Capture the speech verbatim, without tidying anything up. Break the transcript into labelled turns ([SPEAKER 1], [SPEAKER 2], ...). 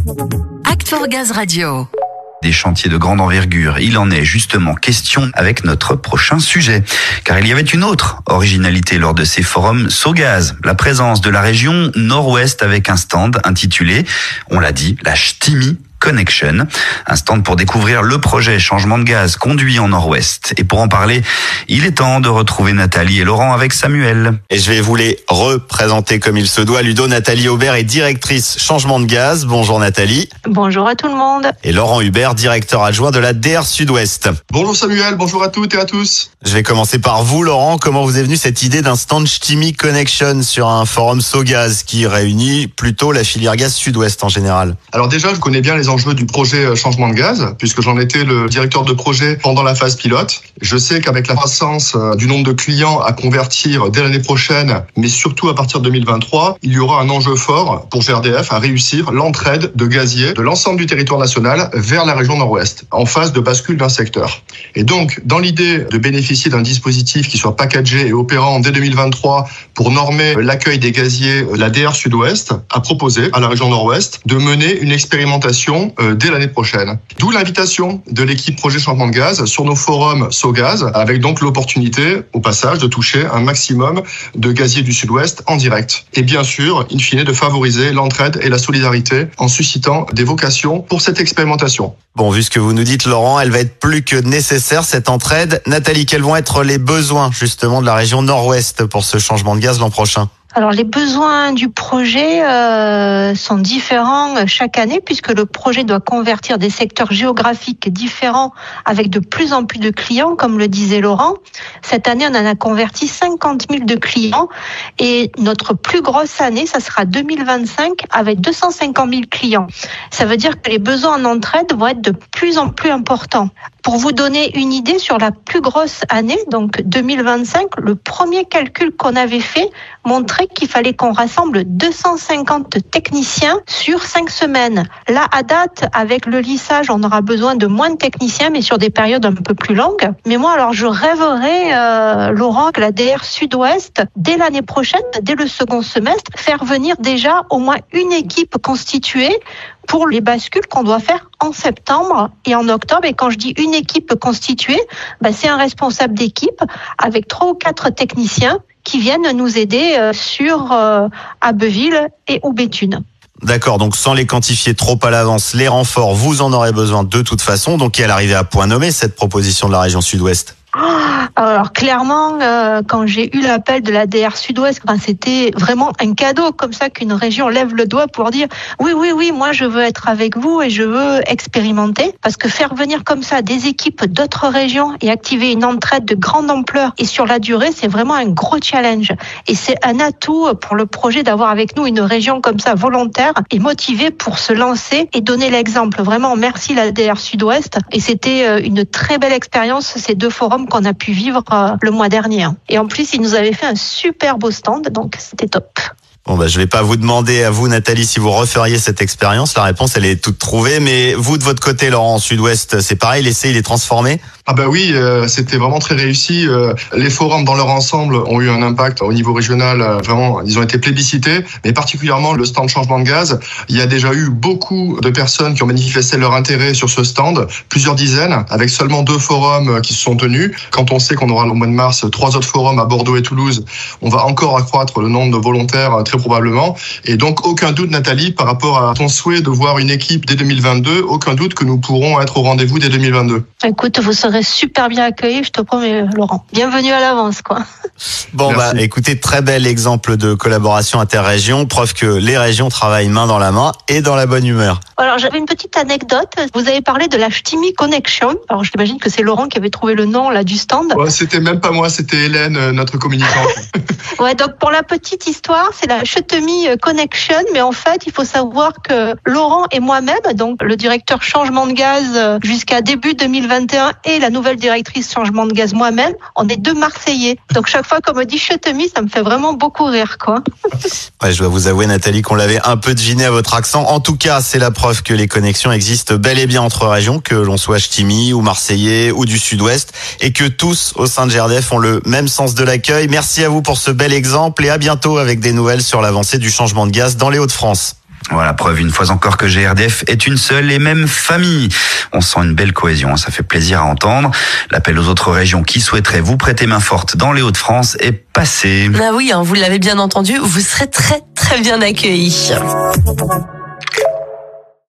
[SPEAKER 1] Act for Gaz Radio.
[SPEAKER 2] Des chantiers de grande envergure. Il en est justement question avec notre prochain sujet. Car il y avait une autre originalité lors de ces forums SoGaz. La présence de la région Nord-Ouest avec un stand intitulé, on l'a dit, la Stimi Connection, un stand pour découvrir le projet changement de gaz conduit en Nord-Ouest. Et pour en parler, il est temps de retrouver Nathalie et Laurent avec Samuel.
[SPEAKER 3] Et je vais vous les représenter comme il se doit. Ludo, Nathalie Aubert est directrice changement de gaz. Bonjour Nathalie.
[SPEAKER 4] Bonjour à tout le monde.
[SPEAKER 3] Et Laurent Hubert, directeur adjoint de la D R Sud-Ouest.
[SPEAKER 5] Bonjour Samuel, bonjour à toutes et à tous.
[SPEAKER 3] Je vais commencer par vous Laurent. Comment vous est venue cette idée d'un stand Stimi Connection sur un forum SoGaz qui réunit plutôt la filière gaz Sud-Ouest en général?
[SPEAKER 5] Alors déjà, je connais bien les enjeux du projet changement de gaz, puisque j'en étais le directeur de projet pendant la phase pilote. Je sais qu'avec la croissance du nombre de clients à convertir dès l'année prochaine, mais surtout à partir de deux mille vingt-trois, il y aura un enjeu fort pour G R D F à réussir l'entraide de gaziers de l'ensemble du territoire national vers la région Nord-Ouest, en phase de bascule d'un secteur. Et donc, dans l'idée de bénéficier d'un dispositif qui soit packagé et opérant dès deux mille vingt-trois pour normer l'accueil des gaziers, la D R Sud-Ouest a proposé à la région Nord-Ouest de mener une expérimentation dès l'année prochaine. D'où l'invitation de l'équipe projet changement de gaz sur nos forums SoGaz, avec donc l'opportunité, au passage, de toucher un maximum de gaziers du Sud-Ouest en direct. Et bien sûr, in fine, de favoriser l'entraide et la solidarité en suscitant des vocations pour cette expérimentation.
[SPEAKER 3] Bon, vu ce que vous nous dites Laurent, elle va être plus que nécessaire cette entraide. Nathalie, quels vont être les besoins justement de la région Nord-Ouest pour ce changement de gaz l'an prochain ?
[SPEAKER 4] Alors les besoins du projet euh, sont différents chaque année puisque le projet doit convertir des secteurs géographiques différents avec de plus en plus de clients, comme le disait Laurent. Cette année, on en a converti cinquante mille de clients et notre plus grosse année, ça sera deux mille vingt-cinq avec deux cent cinquante mille clients. Ça veut dire que les besoins en entraide vont être de plus en plus importants. Pour vous donner une idée sur la plus grosse année, donc deux mille vingt-cinq, le premier calcul qu'on avait fait montrait qu'il fallait qu'on rassemble deux cent cinquante techniciens sur cinq semaines. Là, à date, avec le lissage, on aura besoin de moins de techniciens, mais sur des périodes un peu plus longues. Mais moi, alors, je rêverais, euh, Laurent, que la D R Sud-Ouest, dès l'année prochaine, dès le second semestre, faire venir déjà au moins une équipe constituée pour les bascules qu'on doit faire en septembre et en octobre. Et quand je dis une équipe constituée, bah, c'est un responsable d'équipe avec trois ou quatre techniciens qui viennent nous aider sur euh, Abbeville et ou Béthune.
[SPEAKER 3] D'accord, donc sans les quantifier trop à l'avance, les renforts, vous en aurez besoin de toute façon. Donc, elle arrivait à point nommé, cette proposition de la région Sud-Ouest?
[SPEAKER 4] Alors clairement, euh, quand j'ai eu l'appel de la D R Sud-Ouest, ben, c'était vraiment un cadeau comme ça qu'une région lève le doigt pour dire oui, oui, oui, moi je veux être avec vous et je veux expérimenter. Parce que faire venir comme ça des équipes d'autres régions et activer une entraide de grande ampleur et sur la durée, c'est vraiment un gros challenge. Et c'est un atout pour le projet d'avoir avec nous une région comme ça volontaire et motivée pour se lancer et donner l'exemple. Vraiment, merci la D R Sud-Ouest. Et c'était une très belle expérience, ces deux forums qu'on a pu vivre euh, le mois dernier. Et en plus, ils nous avaient fait un super beau stand, donc c'était top.
[SPEAKER 3] Bon, bah, je vais pas vous demander à vous, Nathalie, si vous referiez cette expérience. La réponse, elle est toute trouvée. Mais vous, de votre côté, Laurent, en Sud-Ouest, c'est pareil, l'essai, il est transformé?
[SPEAKER 5] Ah bah oui, euh, c'était vraiment très réussi. Euh, les forums dans leur ensemble ont eu un impact au niveau régional. Euh, vraiment, ils ont été plébiscités, mais particulièrement le stand changement de gaz. Il y a déjà eu beaucoup de personnes qui ont manifesté leur intérêt sur ce stand, plusieurs dizaines, avec seulement deux forums qui se sont tenus. Quand on sait qu'on aura au mois de mars trois autres forums à Bordeaux et Toulouse, on va encore accroître le nombre de volontaires très probablement. Et donc, aucun doute, Nathalie, par rapport à ton souhait de voir une équipe dès deux mille vingt-deux, aucun doute que nous pourrons être au rendez-vous dès deux mille vingt-deux.
[SPEAKER 4] Écoute, vous serez super bien accueillis, je te promets, Laurent. Bienvenue à l'avance, quoi.
[SPEAKER 3] Bon,
[SPEAKER 5] Merci.
[SPEAKER 3] bah, écoutez, très bel exemple de collaboration interrégion, preuve que les régions travaillent main dans la main et dans la bonne humeur.
[SPEAKER 4] Alors, j'avais une petite anecdote. Vous avez parlé de la Stimi Connection. Alors, j'imagine que c'est Laurent qui avait trouvé le nom, là, du stand.
[SPEAKER 5] Ouais, c'était même pas moi, c'était Hélène, notre communicante.
[SPEAKER 4] Ouais, donc pour la petite histoire, c'est la Stimi Connection, mais en fait, il faut savoir que Laurent et moi-même, donc le directeur changement de gaz jusqu'à début deux mille vingt et un et la nouvelle directrice changement de gaz moi-même, on est deux Marseillais. Donc chaque fois qu'on me dit Stimi, ça me fait vraiment beaucoup rire, quoi.
[SPEAKER 3] Ouais, je dois vous avouer, Nathalie, qu'on l'avait un peu deviné à votre accent. En tout cas, c'est la preuve que les connexions existent bel et bien entre régions, que l'on soit ch'timi ou marseillais ou du Sud-Ouest, et que tous au sein de G R D F ont le même sens de l'accueil. Merci à vous pour ce bel exemple et à bientôt avec des nouvelles sur l'avancée du changement de gaz dans les Hauts-de-France.
[SPEAKER 2] Voilà, preuve une fois encore que G R D F est une seule et même famille. On sent une belle cohésion, ça fait plaisir à entendre. L'appel aux autres régions qui souhaiteraient vous prêter main forte dans les Hauts-de-France est passé.
[SPEAKER 6] Ah oui, hein, vous l'avez bien entendu, vous serez très très bien accueillis.